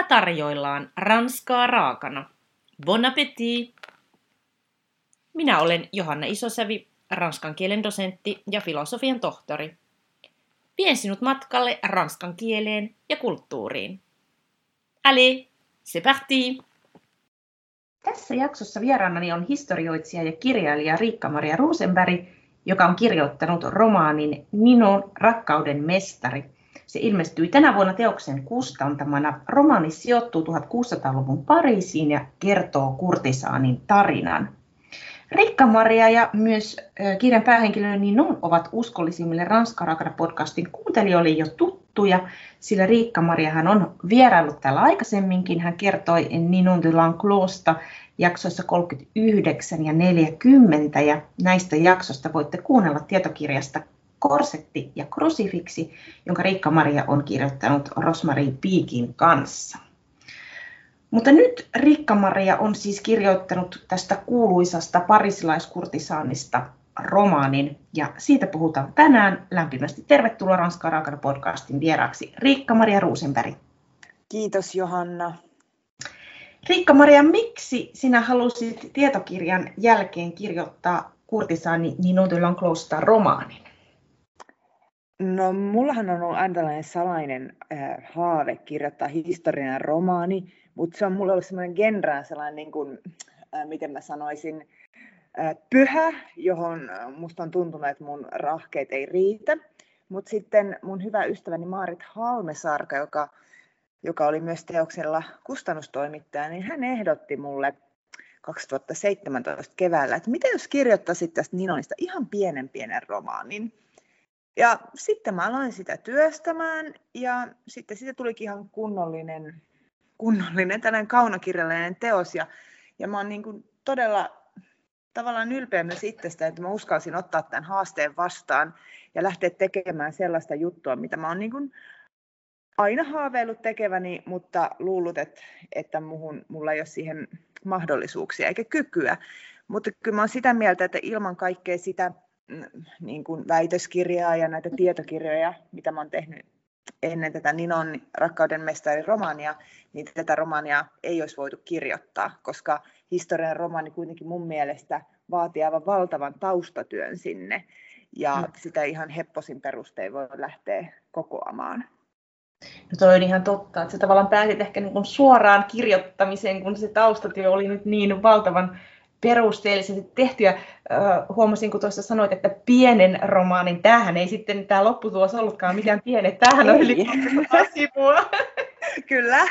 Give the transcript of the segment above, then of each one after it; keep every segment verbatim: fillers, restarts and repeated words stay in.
tarjoillaan ranskaa raakana. Bon appétit! Minä olen Johanna Isosävi, ranskan kielen dosentti ja filosofian tohtori. Vien sinut matkalle ranskan kieleen ja kulttuuriin. Allez, c'est parti! Tässä jaksossa vieraanani on historioitsija ja kirjailija Riikka-Maria Rosenberg, joka on kirjoittanut romaanin Ninon rakkauden mestari. Se ilmestyi tänä vuonna teoksen kustantamana. Romaani sijoittuu tuhatkuusisataaluvun Pariisiin ja kertoo kurtisaanin tarinan. Riikka-Maria ja myös kirjan päähenkilö Ninon ovat uskollisimmille Ranskan raakana podcastin kuuntelijoille jo tuttuja, sillä Riikka-Mariahan on vieraillut täällä aikaisemminkin. Hän kertoi Ninon de l'Enclosta jaksoissa kolmekymmentäyhdeksän ja neljäkymmentä, ja näistä jaksoista voitte kuunnella tietokirjasta Korsetti ja krusifiksi, jonka Riikka-Maria on kirjoittanut Rosemarie Piikin kanssa. Mutta nyt Riikka-Maria on siis kirjoittanut tästä kuuluisasta parisilaiskurtisaanista romaanin, ja siitä puhutaan tänään. Lämpimästi tervetuloa Ranskan raakana podcastin vieraaksi Riikka-Maria Rosenberg. Kiitos Johanna. Riikka-Maria, miksi sinä halusit tietokirjan jälkeen kirjoittaa kurtisaani Ninon de l'Enclosta romaanin? No, mullahan on ollut aina tällainen salainen äh, haave kirjoittaa historiallinen romaani, mutta se on mulle ollut semmoinen genrään sellainen, niin kuin, äh, miten mä sanoisin, äh, pyhä, johon musta on tuntunut, että mun rahkeet ei riitä. Mutta sitten mun hyvä ystäväni Maarit Halmesarka, joka, joka oli myös teoksella kustannustoimittaja, niin hän ehdotti mulle kaksituhattaseitsemäntoista keväällä, että mitä jos kirjoittaisit tästä Ninonista ihan pienen pienen romaanin. Ja sitten mä aloin sitä työstämään ja sitten siitä tulikin ihan kunnollinen, kunnollinen tällainen kaunokirjallinen teos. Ja, ja mä oon niin kuin todella tavallaan ylpeä myös itsestä, että mä uskalsin ottaa tämän haasteen vastaan ja lähteä tekemään sellaista juttua, mitä mä oon niin kuin aina haaveillut tekeväni, mutta luullut, että, että muhun, mulla ei ole siihen mahdollisuuksia eikä kykyä. Mutta kyllä mä oon sitä mieltä, että ilman kaikkea sitä niin kuin väitöskirjaa ja näitä tietokirjoja, mitä mä oon tehnyt ennen tätä Ninon rakkauden mestarin romaania, niin tätä romaania ei olisi voitu kirjoittaa, koska historian romaani kuitenkin mun mielestä vaatii aivan valtavan taustatyön sinne, ja mm. sitä ihan hepposin perustein voi lähteä kokoamaan. No toi on ihan totta, että sä tavallaan pääsit ehkä niin kuin suoraan kirjoittamiseen, kun se taustatyö oli nyt niin valtavan perusteellisesti tehty, ja uh, huomasin, kun tuossa sanoit, että pienen romaanin, tämähän ei sitten tämä lopputulos ollutkaan mikään pieni, tämähän on yli kaksisataa sivua. Kyllä.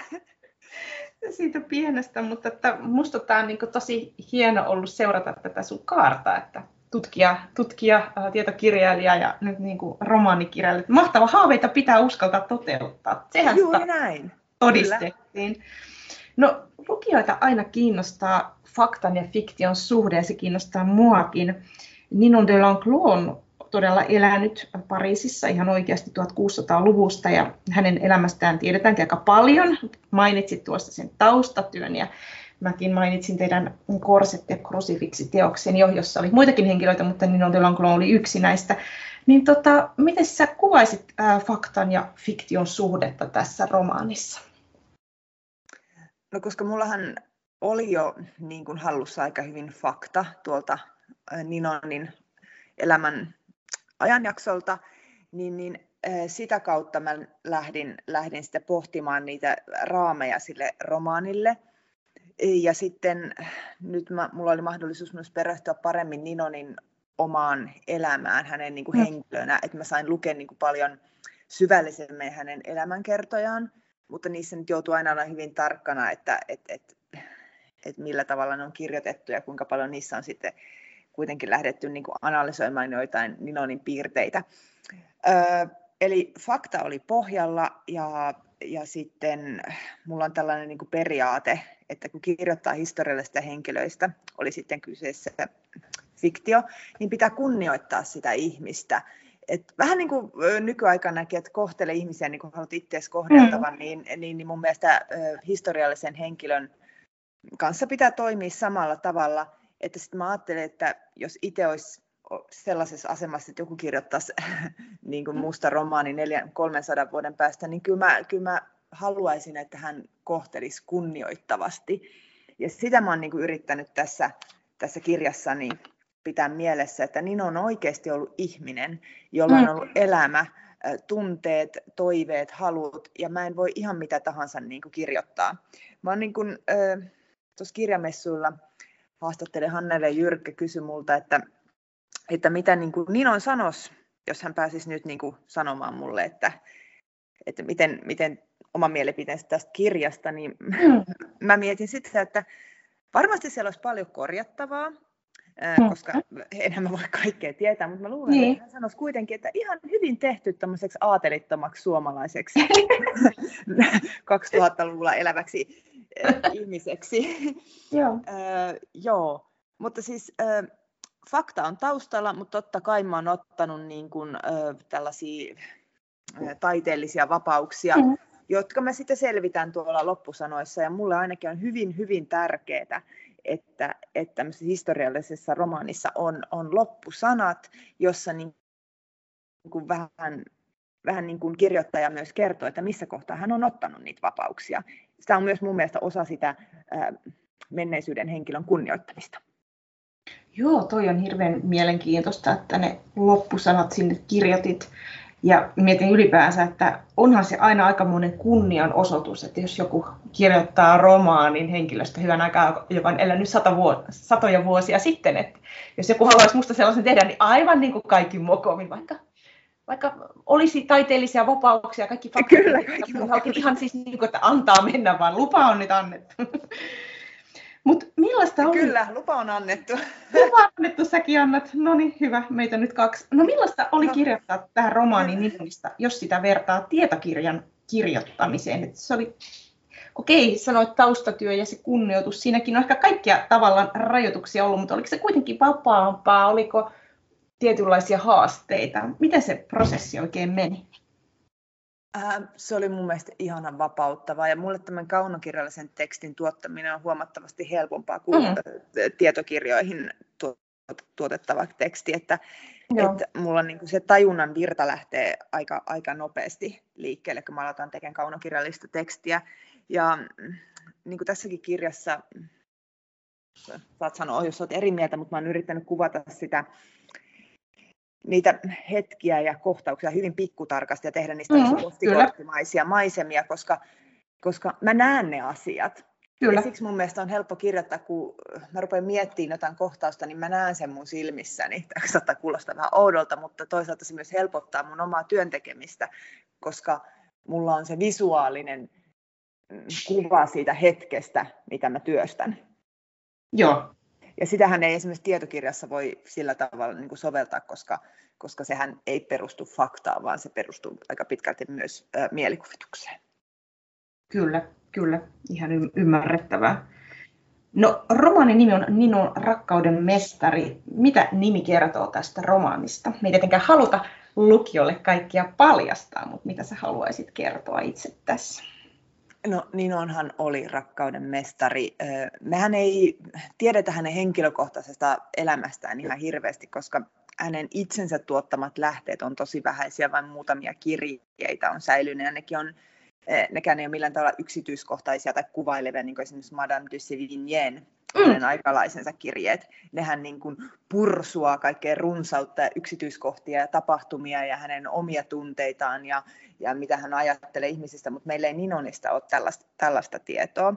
Siitä pienestä, mutta että musta tämä on niin kuin tosi hieno ollut seurata tätä sun kaarta, että tutkija, tutkija uh, tietokirjailija ja nyt niin kuin romaanikirjailija. Mahtava, haaveita pitää uskaltaa toteuttaa. Sehän Juuri näin. Todistettiin. Kyllä. No, lukijoita aina kiinnostaa faktan ja fiktion suhde, ja se kiinnostaa muakin. Ninon de l'Enclos on todella elänyt Pariisissa ihan oikeasti tuhatkuusisataaluvusta, ja hänen elämästään tiedetäänkin aika paljon. Mainitsit tuossa sen taustatyön, ja mäkin mainitsin teidän Korsetti ja krusifiksi-teoksen jo, jossa oli muitakin henkilöitä, mutta Ninon de l'Enclos oli yksi näistä. Niin tota, miten sä kuvaisit äh, faktan ja fiktion suhdetta tässä romaanissa? No, koska mullahan oli jo niin kuin hallussa aika hyvin fakta tuolta Ninonin elämän ajanjaksolta, niin, niin sitä kautta mä lähdin, lähdin sitä pohtimaan niitä raameja sille romaanille. Ja sitten nyt mä, mulla oli mahdollisuus myös perehtyä paremmin Ninonin omaan elämään, hänen niin kuin henkilönä, että mä sain lukea niin kuin paljon syvällisemmin hänen elämänkertojaan. Mutta niissä nyt joutuu aina olla hyvin tarkkana, että et, et, et millä tavalla ne on kirjoitettu ja kuinka paljon niissä on sitten kuitenkin lähdetty niin kuin analysoimaan joitain Ninonin piirteitä. Öö, eli fakta oli pohjalla, ja, ja sitten mulla on tällainen niin kuin periaate, että kun kirjoittaa historiallisista henkilöistä, oli sitten kyseessä fiktio, niin pitää kunnioittaa sitä ihmistä. Et vähän niin kuin nykyaikanakin, että kohtele ihmisiä niin kuin haluat itseäsi kohdeltavan, mm. niin, niin, niin mun mielestä ö, historiallisen henkilön kanssa pitää toimia samalla tavalla. Että sitten mä ajattelen, että jos itse olisi sellaisessa asemassa, että joku kirjoittaisi niin kuin musta romaani kolmensadan vuoden päästä, niin kyllä mä, kyllä mä haluaisin, että hän kohtelisi kunnioittavasti. Ja sitä mä oon niin kuin yrittänyt tässä, tässä kirjassani pitää mielessä, että Nino on oikeasti ollut ihminen, jolla on ollut elämä, tunteet, toiveet, halut, ja mä en voi ihan mitä tahansa niin kuin kirjoittaa. Mä oon niin kuin, äh, tuossa kirjamessuilla haastattelin Hannele Jyrkkä, kysyi multa, että, että mitä niin kuin Ninon sanoisi, jos hän pääsisi nyt niin kuin sanomaan mulle, että, että miten, miten oma mielipiteensä tästä kirjasta, niin mm. mä mietin sitä, että varmasti siellä olisi paljon korjattavaa, mm. koska enhän mä voi kaikkea tietää, mutta mä luulen, niin. että hän sanoisi kuitenkin, että ihan hyvin tehty tämmöiseksi aatelittomaksi suomalaiseksi kaksituhattaluvulla eläväksi äh, ihmiseksi. Joo. äh, joo, mutta siis äh, fakta on taustalla, mutta totta kai mä oon ottanut niin kuin, äh, tällaisia äh, taiteellisia vapauksia, mm. jotka mä sitten selvitän tuolla loppusanoissa, ja mulle ainakin on hyvin, hyvin tärkeää, että, että tämmöisessä historiallisessa romaanissa on, on loppusanat, jossa niin kuin vähän, vähän niin kuin kirjoittaja myös kertoo, että missä kohtaa hän on ottanut niitä vapauksia. Sitä on myös mun mielestä osa sitä ää, menneisyyden henkilön kunnioittamista. Joo, toi on hirveän mielenkiintoista, että ne loppusanat sinne kirjoitit. Ja mietin ylipäänsä, että onhan se aina aikamoinen kunnianosoitus, että jos joku kirjoittaa romaanin henkilöstä hyvän aikaa, joka on elänyt sata vuotta, satoja vuosia sitten, että jos joku haluaisi musta sellaisen tehdä, niin aivan niin kuin kaikki mokomin, vaikka, vaikka olisi taiteellisia vapauksia, kaikki faktat, Kyllä, kaikki ihan siis niin kuin, että antaa mennä, vaan lupa on nyt annettu. Mut millaista oli? Kyllä, lupa on annettu. Lupa on annettu, säkin annat. No niin, hyvä, meitä nyt kaksi. No millaista oli kirjoittaa tähän romaanin Ninonista, jos sitä vertaa tietokirjan kirjoittamiseen? Et se oli, okei, sanoit taustatyö ja se kunnioitus, siinäkin on ehkä kaikkia tavallaan rajoituksia ollut, mutta oliko se kuitenkin vapaampaa, oliko tietynlaisia haasteita? Miten se prosessi oikein meni? Se oli mun mielestä ihanan vapauttavaa, ja mulle tämän kaunokirjallisen tekstin tuottaminen on huomattavasti helpompaa kuin mm. tietokirjoihin tuotettava teksti, että, että mulla niin kuin se tajunnan virta lähtee aika, aika nopeasti liikkeelle, kun mä aloitan tekemään kaunokirjallista tekstiä, ja niin kuin tässäkin kirjassa, saat sanoa, jos olet eri mieltä, mutta mä oon yrittänyt kuvata sitä, niitä hetkiä ja kohtauksia hyvin pikkutarkasti ja tehdä niistä mm, postikorttimaisia maisemia, koska, koska mä näen ne asiat. Kyllä. Ja siksi mun mielestä on helppo kirjoittaa, kun mä rupean miettimään jotain kohtausta, niin mä näen sen mun silmissäni. Tämä saattaa kuulostaa vähän oudolta, mutta toisaalta se myös helpottaa mun omaa työntekemistä, koska mulla on se visuaalinen kuva siitä hetkestä, mitä mä työstän. Joo. Ja sitähän ei esimerkiksi tietokirjassa voi sillä tavalla niin kuin soveltaa, koska, koska sehän ei perustu faktaan, vaan se perustuu aika pitkälti myös ä, mielikuvitukseen. Kyllä, kyllä. Ihan y- ymmärrettävää. No, romaanin nimi on Ninon rakkauden mestari. Mitä nimi kertoo tästä romaanista? Me ei tietenkään haluta lukijoille kaikkia paljastaa, mutta mitä sä haluaisit kertoa itse tässä? No Ninonhan oli rakkauden mestari. Mehän ei tiedetä hänen henkilökohtaisesta elämästään ihan hirveästi, koska hänen itsensä tuottamat lähteet on tosi vähäisiä, vain muutamia kirjeitä on säilynyt, ja nekin on, nekään ei ole millään tavalla yksityiskohtaisia tai kuvailevia, niin kuin esimerkiksi Madame de Sévigné, hänen mm. aikalaisensa kirjeet. Nehän niin kuin pursuaa kaikkea runsautta ja yksityiskohtia ja tapahtumia ja hänen omia tunteitaan ja, ja mitä hän ajattelee ihmisistä, mutta meillä ei Ninonista ole tällaista, tällaista tietoa.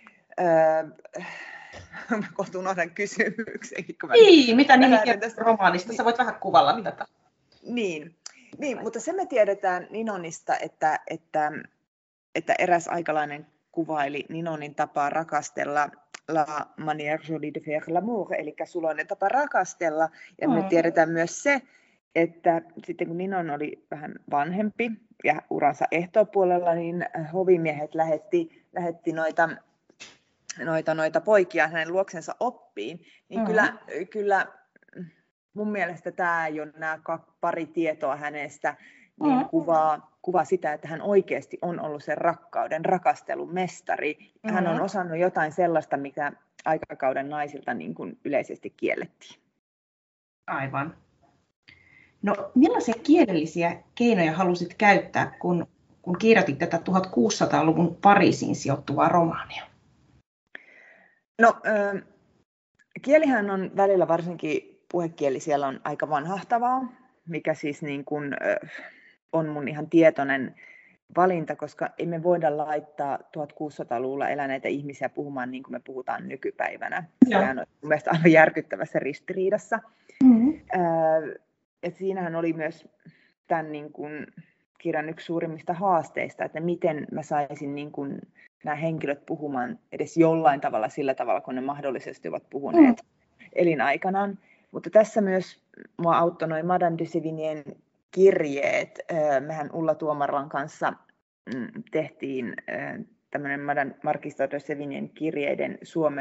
Öö, mä kohta unohdan kysymyksen. Niin, mitä nimi kertoo romaanista? Sä voit vähän kuvalla tätä. Niin, niin, mutta se me tiedetään Ninonista, että, että, että eräs aikalainen kuvaili Ninonin tapaa rakastella la manière jolie de faire l'amour, eli suloinen tapa rakastella. Ja me tiedetään myös se, että sitten kun Ninon oli vähän vanhempi ja uransa ehtoopuolella, niin hovimiehet lähetti, lähetti noita, noita, noita poikia hänen luoksensa oppiin. Niin mm-hmm. kyllä, kyllä mun mielestä tämä ei ole nämä pari tietoa hänestä, niin mm-hmm. kuvaa, kuvaa sitä, että hän oikeasti on ollut sen rakkauden, rakastelun mestari. Mm-hmm. Hän on osannut jotain sellaista, mikä aikakauden naisilta niin kuin yleisesti kiellettiin. Aivan. No millaisia kielellisiä keinoja halusit käyttää, kun kun kirjoitit tätä tuhatkuusisataaluvun Pariisiin sijoittuvaa romaania? No, äh, kielihän on välillä, varsinkin puhekieli, siellä on aika vanhahtavaa, mikä siis niin kuin, äh, on mun ihan tietoinen valinta, koska emme voida laittaa tuhatkuusisataaluvulla eläneitä ihmisiä puhumaan niin kuin me puhutaan nykypäivänä. Sehän on mun mielestä aivan järkyttävässä ristiriidassa. Mm-hmm. Äh, et siinähän oli myös tämän niin kuin kirjan yksi suurimmista haasteista, että miten mä saisin niin kuin nämä henkilöt puhumaan edes jollain tavalla sillä tavalla, kun ne mahdollisesti ovat puhuneet mm. elinaikanaan. Mutta tässä myös mua auttoi noin Madame de Sévignén kirjeet. Mehän Ulla Tuomarlan kanssa tehtiin tämmöinen Madame Marquise de Sévignén kirjeiden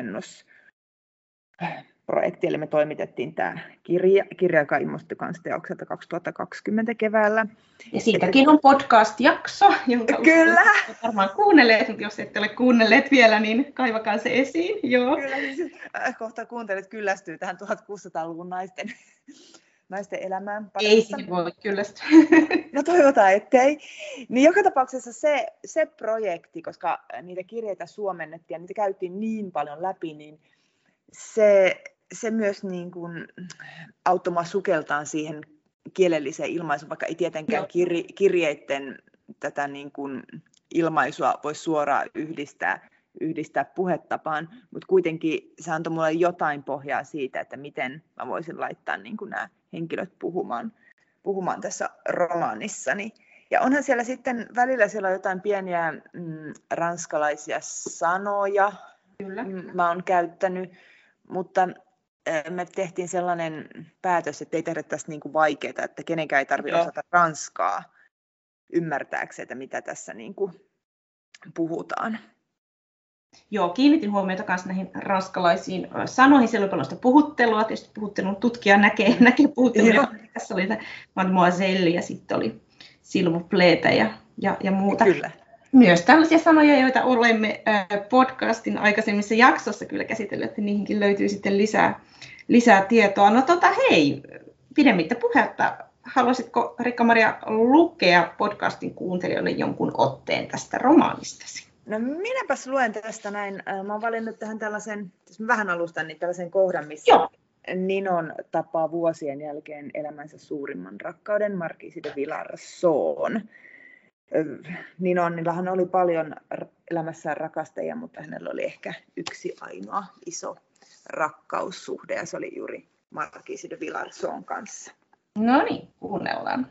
suomennusprojekti, eli me toimitettiin tämä kirja, kirja joka ilmestyi kanssa teokselta kaksituhattakaksikymmentä keväällä. Ja siitäkin on podcast-jakso, jonka Kyllä. varmaan kuunnelleet, mutta jos ette ole kuunnelleet vielä, niin kaivakaa se esiin. Joo. Kyllä, siis kohta kuuntelet kyllästyy tähän tuhatkuusisataaluvun naisten, naisten elämään. Ei siihen voi kyllästyä. No toivotaan, ettei. Niin joka tapauksessa se, se projekti, koska niitä kirjeitä suomennettiin ja niitä käytiin niin paljon läpi, niin se, se myös niin kuin auttoi mua sukeltaan siihen kielelliseen ilmaisuun, vaikka ei tietenkään kir, kirjeiden tätä niin kuin ilmaisua voi suoraan yhdistää, yhdistää puhetapaan, mutta kuitenkin se antoi mulle jotain pohjaa siitä, että miten mä voisin laittaa niin kuin nämä henkilöt puhumaan, puhumaan tässä romaanissani. Ja onhan siellä sitten välillä siellä on jotain pieniä mm, ranskalaisia sanoja, Kyllä. mä oon käyttänyt, mutta me tehtiin sellainen päätös, että ei tehdä tästä niin kuin vaikeaa, että kenenkään ei tarvitse Joo. osata ranskaa ymmärtääkseen, että mitä tässä niin kuin puhutaan. Joo, kiinnitin huomiota myös näihin ranskalaisiin sanoihin. Siellä oli paljon sitä puhuttelua. Tietysti puhuttelun tutkija näkee, näkee puhuttelua. Tässä oli mademoiselle ja sitten oli s'il vous plaît ja, ja, ja muuta. Kyllä. Myös tällaisia sanoja, joita olemme podcastin aikaisemmissa jaksossa kyllä käsitelleet, että niihinkin löytyy sitten lisää, lisää tietoa. No tota hei, pidemmittä puhetta. Haluaisitko, Riikka-Maria, lukea podcastin kuuntelijoille jonkun otteen tästä romaanistasi? No minäpäs luen tästä näin. Mä oon valinnut tähän tällaisen, jos mä vähän alustan, niin tällaisen kohdan, missä Joo. Ninon tapaa vuosien jälkeen elämänsä suurimman rakkauden, Marquise de Villarceau'n. Ninonnillahan oli paljon elämässään rakastajia, mutta hänellä oli ehkä yksi ainoa iso rakkaussuhde, ja se oli juuri Marquise de Villarceau'n kanssa. No niin, kuunnellaan.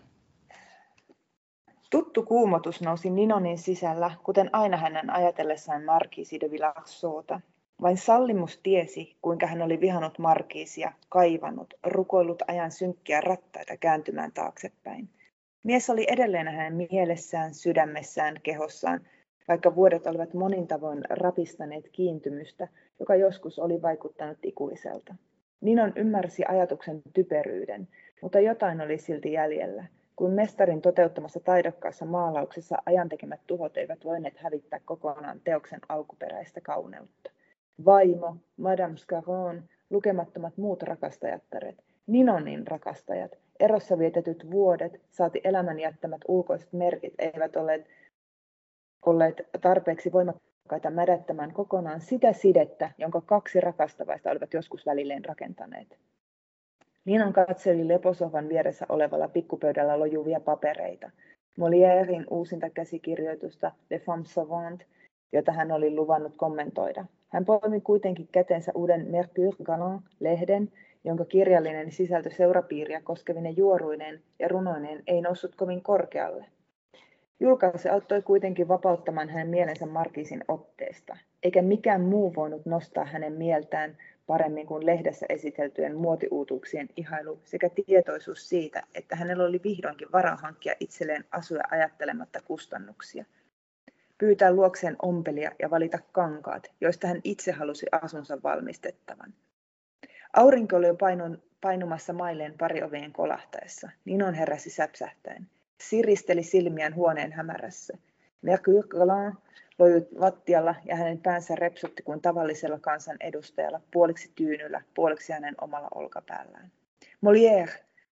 Tuttu kuumotus nousi Ninonin sisällä, kuten aina hänen ajatellessaan Marquise de Villarceau'ta. Vain Sallimus tiesi, kuinka hän oli vihannut Marquisia, kaivannut, rukoillut ajan synkkiä rattaita kääntymään taaksepäin. Mies oli edelleen hänen mielessään, sydämessään, kehossaan, vaikka vuodet olivat monin tavoin rapistaneet kiintymystä, joka joskus oli vaikuttanut ikuiselta. Ninon ymmärsi ajatuksen typeryyden, mutta jotain oli silti jäljellä. Kuin mestarin toteuttamassa taidokkaassa maalauksessa ajantekemät tuhot eivät voineet hävittää kokonaan teoksen alkuperäistä kauneutta. Vaimo, Madame Scarron, lukemattomat muut rakastajattaret, Ninonin rakastajat, erossa vietetyt vuodet, saati elämän jättämät ulkoiset merkit eivät olleet, olleet tarpeeksi voimakkaita mädättämään kokonaan sitä sidettä, jonka kaksi rakastavaista olivat joskus välilleen rakentaneet. Ninon katseli leposohvan vieressä olevalla pikkupöydällä lojuvia papereita. Molièren uusinta käsikirjoitusta Les Femmes Savantes, jota hän oli luvannut kommentoida. Hän poimi kuitenkin käteensä uuden Mercure Galant-lehden, jonka kirjallinen sisältö seurapiiriä koskevine juoruineen ja runoineen ei noussut kovin korkealle. Julkaisu auttoi kuitenkin vapauttamaan hänen mielensä Marquisin otteesta, eikä mikään muu voinut nostaa hänen mieltään paremmin kuin lehdessä esiteltyjen muotiuutuuksien ihailu sekä tietoisuus siitä, että hänellä oli vihdoinkin varaa hankkia itselleen asuja ajattelematta kustannuksia. Pyytää luokseen ompelia ja valita kankaat, joista hän itse halusi asunsa valmistettavan. Aurinko oli jo painun, painumassa mailleen pari ovien kolahtaessa. Ninon heräsi säpsähtäen. Siristeli silmiään huoneen hämärässä. Mercure Galant lojui lattialla ja hänen päänsä repsutti kuin tavallisella kansan edustajalla, puoliksi tyynyllä, puoliksi hänen omalla olkapäällään. Molière,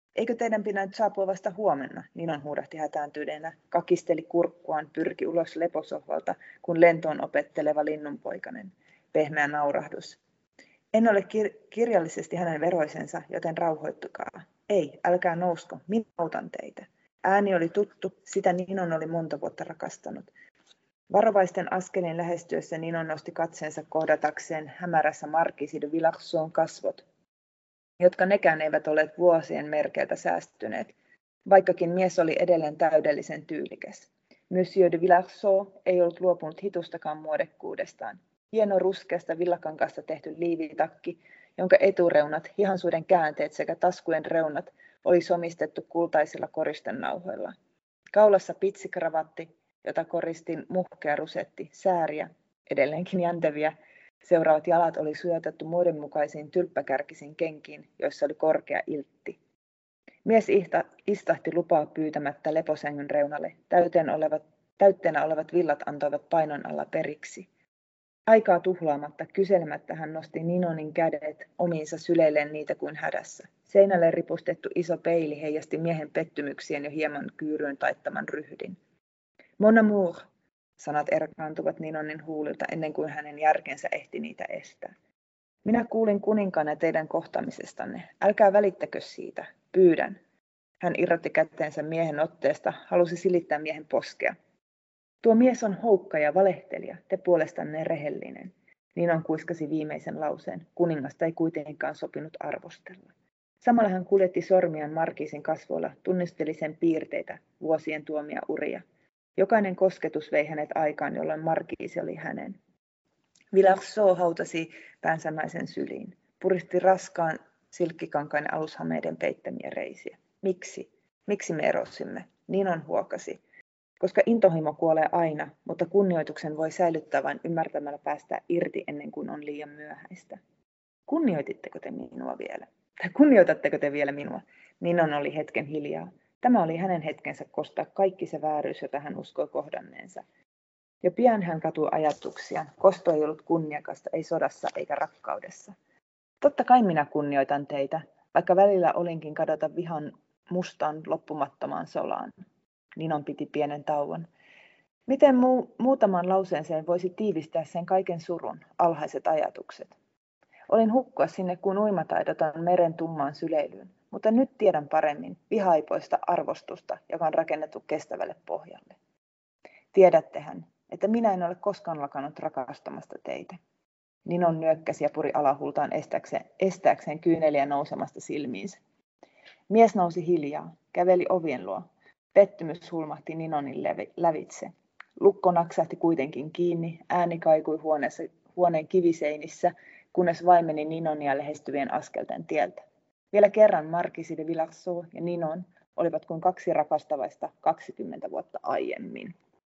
Eikö teidän pidä nyt saapua vasta huomenna? Ninon huudahti hätääntyneenä, kakisteli kurkkuaan, pyrki ulos leposohvalta, kun lentoon opetteleva linnunpoikainen. Pehmeä naurahdus. En ole kir- kirjallisesti hänen veroisensa, joten rauhoittukaa. Ei, älkää nousko, minä autan teitä. Ääni oli tuttu, sitä Ninon oli monta vuotta rakastanut. Varovaisten askelien lähestyessä Ninon nosti katseensa kohdatakseen hämärässä Marquise de Villarceaun kasvot, jotka nekään eivät olleet vuosien merkeiltä säästyneet, vaikkakin mies oli edelleen täydellisen tyylikäs. Monsieur de Villarceau ei ollut luopunut hitustakaan muodekkuudestaan. Hieno ruskeasta villakankaasta tehty liivitakki, jonka etureunat, hihansuiden käänteet sekä taskujen reunat oli somistettu kultaisilla koristennauhoilla. Kaulassa pitsikravaatti, jota koristin muhkea rusetti, sääriä, edelleenkin jänteviä. Seuraavat jalat oli suojatettu muodenmukaisiin tylppäkärkisiin kenkiin, joissa oli korkea iltti. Mies ihta, istahti lupaa pyytämättä leposängyn reunalle. Täyteen olevat, täytteenä olevat villat antoivat painon alla periksi. Aikaa tuhlaamatta, kyselemättä hän nosti Ninonin kädet omiinsa syleilleen niitä kuin hädässä. Seinälle ripustettu iso peili heijasti miehen pettymyksien jo hieman kyyryyn taittaman ryhdin. Mon amour, sanat erkaantuvat Ninonin huulilta ennen kuin hänen järkensä ehti niitä estää. Minä kuulin kuninkaana teidän kohtaamisestanne. Älkää välittäkö siitä. Pyydän. Hän irrotti kätteensä miehen otteesta, halusi silittää miehen poskea. Tuo mies on houkka ja valehtelija, te puolestanne rehellinen. Ninon kuiskasi viimeisen lauseen. Kuningasta ei kuitenkaan sopinut arvostella. Samalla hän kuljetti sormiaan Marquisin kasvoilla, tunnisteli sen piirteitä, vuosien tuomia uria. Jokainen kosketus vei hänet aikaan, jolloin Marquise oli hänen. Villarceau hautasi päänsä naisen syliin, puristi raskaan silkkikankainen alushameiden peittämiä reisiä. Miksi? Miksi me erosimme? Ninon huokasi. Koska intohimo kuolee aina, mutta kunnioituksen voi säilyttää vain ymmärtämällä päästä irti ennen kuin on liian myöhäistä. Kunnioititteko te minua vielä? Tai kunnioitatteko te vielä minua? Ninon oli hetken hiljaa. Tämä oli hänen hetkensä kostaa kaikki se vääryys, jota hän uskoi kohdanneensa. Ja pian hän katui ajatuksia. Kosto ei ollut kunniakasta, ei sodassa eikä rakkaudessa. Totta kai minä kunnioitan teitä, vaikka välillä olinkin kadota vihan mustaan loppumattomaan solaan. Ninon piti pienen tauon. Miten muu, muutaman lauseeseen voisi tiivistää sen kaiken surun, alhaiset ajatukset? Olin hukkua sinne kuin uimataidoton meren tummaan syleilyyn, mutta nyt tiedän paremmin vihaipoista arvostusta, joka on rakennettu kestävälle pohjalle. Tiedättehän, että minä en ole koskaan lakannut rakastamasta teitä. Ninon nyökkäsi ja puri alahultaan estääkseen, estääkseen kyyneliä nousemasta silmiinsä. Mies nousi hiljaa, käveli ovien luo. Pettymys hulmahti Ninonin lävitse. Lukko naksahti kuitenkin kiinni, ääni kaikui huoneessa, huoneen kiviseinissä, kunnes vaimeni Ninonia lähestyvien askelten tieltä. Vielä kerran Marquise de Villarceau ja Ninon olivat kuin kaksi rakastavaista kaksikymmentä vuotta aiemmin.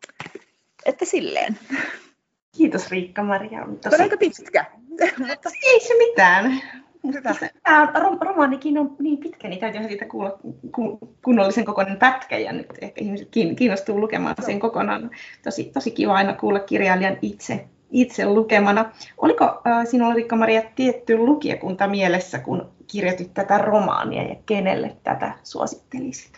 Että silleen. Kiitos Riikka-Maria. Tosi... Se on aika pitkä. Mutta... Ei se mitään. Hyvä. Tämä romaanikin on niin pitkä, niin täytyy siitä kuulla kunnollisen kokoinen pätkä, ja nyt ehkä ihmiset kiinnostuu lukemaan sen kokonaan. Tosi, tosi kiva aina kuulla kirjailijan itse, itse lukemana. Oliko äh, sinulla, Riikka-Maria, tietty lukijakunta mielessä, kun kirjoitit tätä romaania, ja kenelle tätä suosittelisit?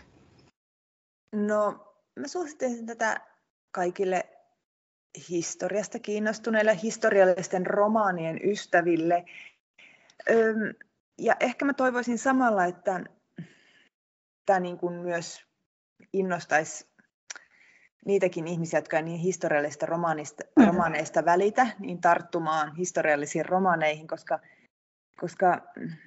No, mä suosittelisin tätä kaikille historiasta kiinnostuneille, historiallisten romaanien ystäville. Öm, ja ehkä mä toivoisin samalla, että tämä niin kuin myös innostaisi niitäkin ihmisiä, jotka ei niin historiallisista romaaneista välitä, niin tarttumaan historiallisiin romaaneihin, koska, koska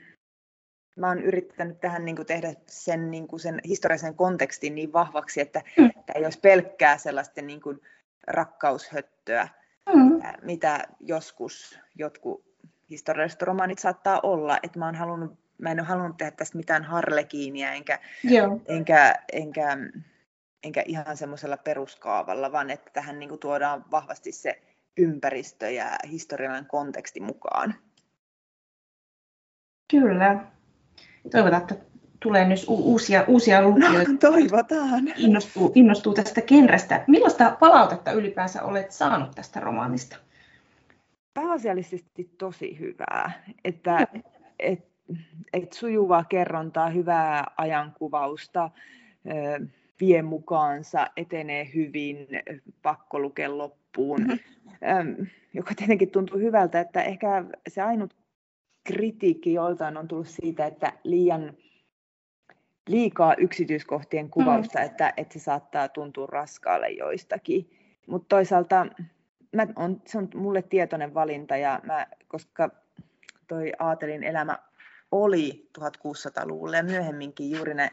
mä oon yrittänyt tähän niin kuin tehdä sen, niin kuin sen historiallisen kontekstin niin vahvaksi, että mm. tämä ei olisi pelkkää sellaista niin kuin rakkaushöttöä, mm. mitä joskus jotkut historialliset romaanit saattaa olla, että mä, oon halunnut, mä en ole halunnut tehdä tästä mitään harlekiinia, enkä, enkä, enkä, enkä ihan semmoisella peruskaavalla, vaan että tähän niin kuin tuodaan vahvasti se ympäristö ja historiallinen konteksti mukaan. Kyllä. Toivotaan, että tulee nyt uusia, uusia lukijoita. No, toivotaan. Innostuu, innostuu tästä genrestä. Millaista palautetta ylipäänsä olet saanut tästä romaanista? Pääasiallisesti tosi hyvää. Että, et, et sujuvaa kerrontaa, hyvää ajankuvausta, vie mukaansa, etenee hyvin, pakko lukea loppuun, mm-hmm. joka tietenkin tuntuu hyvältä, että ehkä se ainut kritiikki joltain on tullut siitä, että liian liikaa yksityiskohtien kuvausta, mm. että, että se saattaa tuntua raskaalle joistakin. Mutta toisaalta mä on, se on mulle tietoinen valinta, ja mä, koska toi aatelin elämä oli tuhatkuusisataaluvulla ja myöhemminkin juuri ne,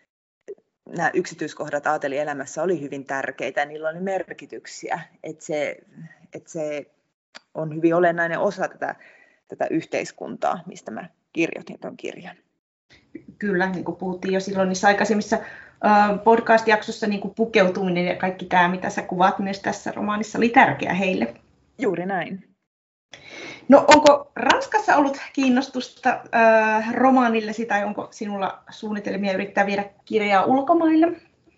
nämä yksityiskohdat aatelin elämässä oli hyvin tärkeitä ja niillä oli merkityksiä. Että se, et se on hyvin olennainen osa tätä, tätä yhteiskuntaa, mistä mä kirjoitin tuon kirjan. Kyllä, niin kuin puhuttiin jo silloin niissä aikaisemmissa podcast-jaksossa, niin kuin pukeutuminen ja kaikki tämä, mitä sä kuvaat myös tässä romaanissa, oli tärkeä heille. Juuri näin. No onko Ranskassa ollut kiinnostusta äh, romaanillesi tai onko sinulla suunnitelmia yrittää viedä kirjaa ulkomaille?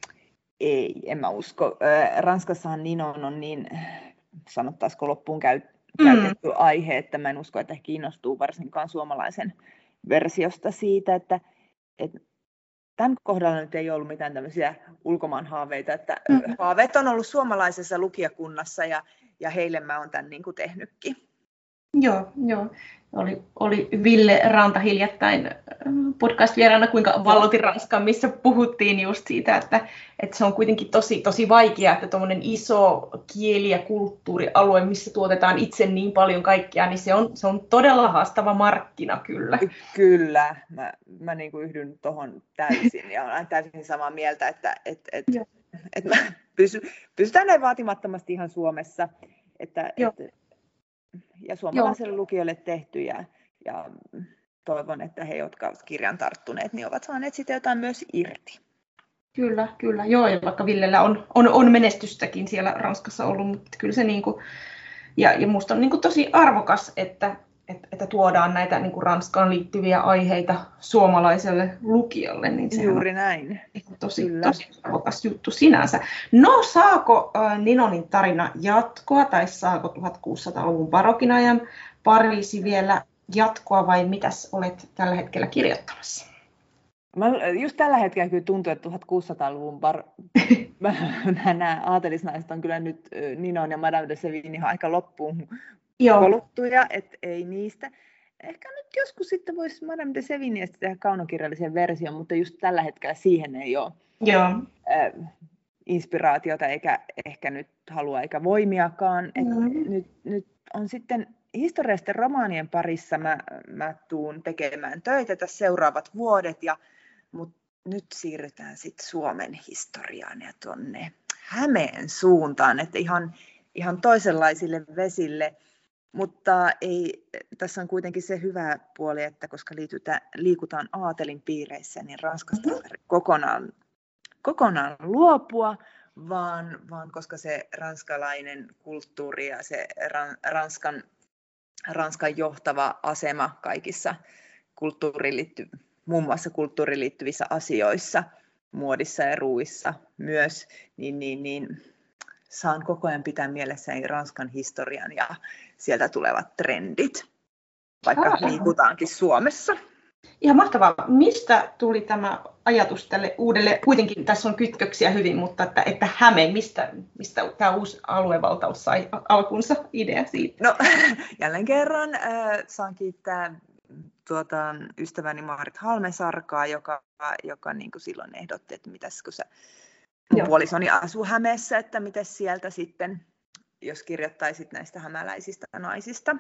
Ei, en mä usko. Äh, Ranskassahan Ninon on niin, sanottaisiko loppuun käy, käytetty mm. aihe, että mä en usko, että he kiinnostuu varsinkaan suomalaisen versiosta siitä, että, että tämän kohdalla nyt ei ollut mitään tämmöisiä ulkomaan haaveita, että mm-hmm. haaveet on ollut suomalaisessa lukijakunnassa ja, ja heille mä oon tämän niin kuin tehnytkin. Joo, joo. Oli, oli Ville Ranta hiljattain podcast-vieraana, kuinka valloitin Ranskan, missä puhuttiin just siitä, että, että se on kuitenkin tosi, tosi vaikeaa, että tuommoinen iso kieli- ja kulttuurialue, missä tuotetaan itse niin paljon kaikkea, niin se on, se on todella haastava markkina kyllä. Kyllä, mä, mä niin kuin yhdyn tuohon täysin ja olen täysin samaa mieltä, että et, et, et mä pysy, pysytään näin vaatimattomasti ihan Suomessa, että et, ja suomalaiselle lukijoille tehty ja, ja toivon, että he, jotka ovat kirjan tarttuneet, niin ovat saaneet sitä jotain myös irti. Kyllä, kyllä. Joo, ja vaikka Villellä on, on, on menestystäkin siellä Ranskassa ollut, mutta kyllä se niin kuin, ja, ja musta on niin kuin tosi arvokas, että, että, että tuodaan näitä niin kuin Ranskaan liittyviä aiheita suomalaiselle lukijalle. Niin juuri näin. Tosi, tosi arvokas juttu sinänsä. No, saako äh, Ninonin tarina jatkoa, tai saako tuhatkuusisataaluvun barokin ajan Pariisi vielä jatkoa, vai mitäs olet tällä hetkellä kirjoittamassa? Mä just tällä hetkellä kyllä tuntuu, että tuhatkuusisataaluvun bar... nämä aatelisnaiset on kyllä nyt Ninon ja Madame de Sévigné ihan aika loppuun koluttuja, että ei niistä. Ehkä nyt joskus sitten voisi Madame de Sévignéstä tehdä kaunokirjallisen version, mutta just tällä hetkellä siihen ei ole Joo. Äh, inspiraatiota eikä ehkä nyt halua eikä voimiakaan. Mm-hmm. Nyt, nyt on sitten historiallisten romaanien parissa mä, mä tuun tekemään töitä tässä seuraavat vuodet, ja, mutta nyt siirrytään sitten Suomen historiaan ja tuonne Hämeen suuntaan, että ihan, ihan toisenlaisille vesille. Mutta ei, tässä on kuitenkin se hyvä puoli, että koska liitytään, liikutaan aatelin piireissä, niin Ranskasta mm-hmm. kokonaan, kokonaan luopua, vaan, vaan koska se ranskalainen kulttuuri ja se Ranskan, Ranskan johtava asema kaikissa kulttuuriin liitty, muun muassa kulttuuriin liittyvissä asioissa, muodissa ja ruuissa myös, niin, niin, niin saan koko ajan pitää mielessäni Ranskan historian ja sieltä tulevat trendit, vaikka ah, liikutaankin Suomessa. Ihan mahtavaa. Mistä tuli tämä ajatus tälle uudelle, kuitenkin tässä on kytköksiä hyvin, mutta että, että Häme, mistä, mistä tämä uusi aluevaltaus sai alkunsa, idea siitä? No jälleen kerran äh, saan kiittää tuota, ystäväni Maarit Halmesarkaa, joka, joka niin kuin silloin ehdotti, että mitäs kun sä mun puolisoni asuu Hämeessä, että miten sieltä sitten, jos kirjoittaisit näistä hämäläisistä naisista,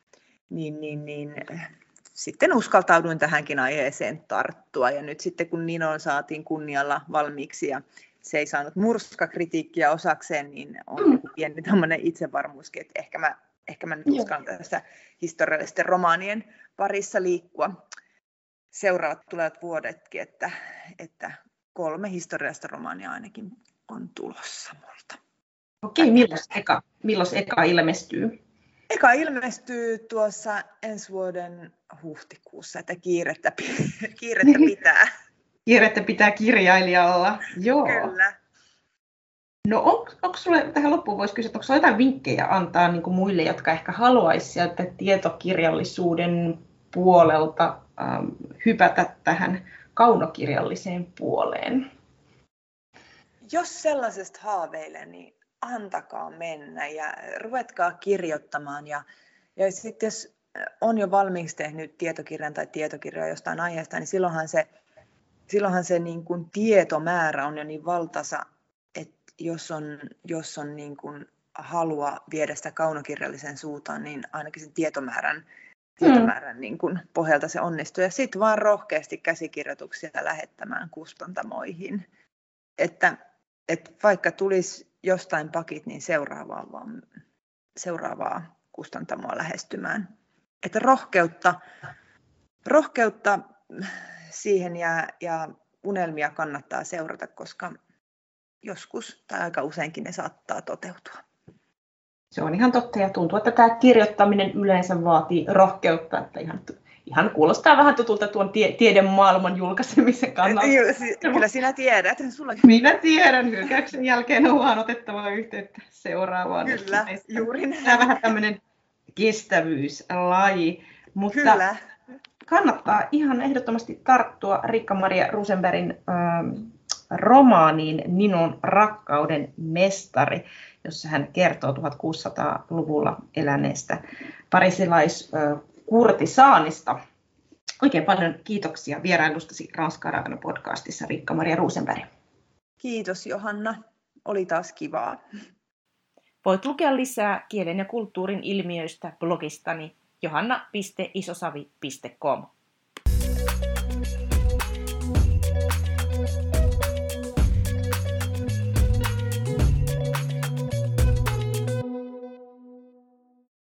niin, niin, niin sitten uskaltauduin tähänkin aiheeseen tarttua. Ja nyt sitten kun Ninon saatiin kunnialla valmiiksi ja se ei saanut murskakritiikkiä osakseen, niin on mm. pieni tämmöinen itsevarmuuskin, että ehkä mä, ehkä mä nyt uskallan tässä historiallisten romaanien parissa liikkua seuraavat tulevat vuodetkin, että, että kolme historiallista romaania ainakin on tulossa multa. Okei, milloin eka, milloin eka ilmestyy? Eka ilmestyy tuossa ensi vuoden huhtikuussa, että kiirettä, kiirettä pitää. Kiirettä pitää kirjailijalla, joo. Kyllä. No onko, onko sulle, tähän loppuun voisi kysyä, onko sulla jotain vinkkejä antaa niin kuin muille, jotka ehkä haluaisivat sieltä tietokirjallisuuden puolelta ähm, hypätä tähän kaunokirjalliseen puoleen? Jos sellaisesta haaveilee, niin antakaa mennä ja ruvetkaa kirjoittamaan. Ja, ja sitten jos on jo valmiiksi tehnyt tietokirjan tai tietokirjaa jostain aiheesta, niin silloinhan se, silloinhan se niin kuin tietomäärä on jo niin valtaisa, että jos on, jos on niin kuin halua viedä sitä kaunokirjallisen suuntaan, niin ainakin sen tietomäärän, tietomäärän niin kuin pohjalta se onnistuu. Ja sitten vaan rohkeasti käsikirjoituksia lähettämään kustantamoihin. Että, että vaikka tulisi jostain pakit, niin seuraavaa, vaan, seuraavaa kustantamoa lähestymään. Että rohkeutta, rohkeutta siihen ja, ja unelmia kannattaa seurata, koska joskus tai aika useinkin ne saattaa toteutua. Se on ihan totta ja tuntuu, että tämä kirjoittaminen yleensä vaatii rohkeutta, että ihan, ihan kuulostaa vähän tutulta tuon tie, tiedemaailman julkaisemisen kannalta. Kyllä sinä tiedät. Sulla... Minä tiedän, hylkäyksen jälkeen on vaan otettava yhteyttä seuraavaan. Kyllä, juuri näin. Tämä on vähän tämmöinen kestävyyslaji, mutta Kyllä. Kannattaa ihan ehdottomasti tarttua Riikka-Maria Rosenbergin ähm, romaaniin Ninon rakkauden mestari, jossa hän kertoo tuhatkuusisataaluvulla eläneestä parisilaiskurtisaanista. Oikein paljon kiitoksia vierailustasi Ranskaa raakana podcastissa, Riikka-Maria Rosenberg. Kiitos Johanna, oli taas kivaa. Voit lukea lisää kielen ja kulttuurin ilmiöistä blogistani johanna piste isosavi piste com.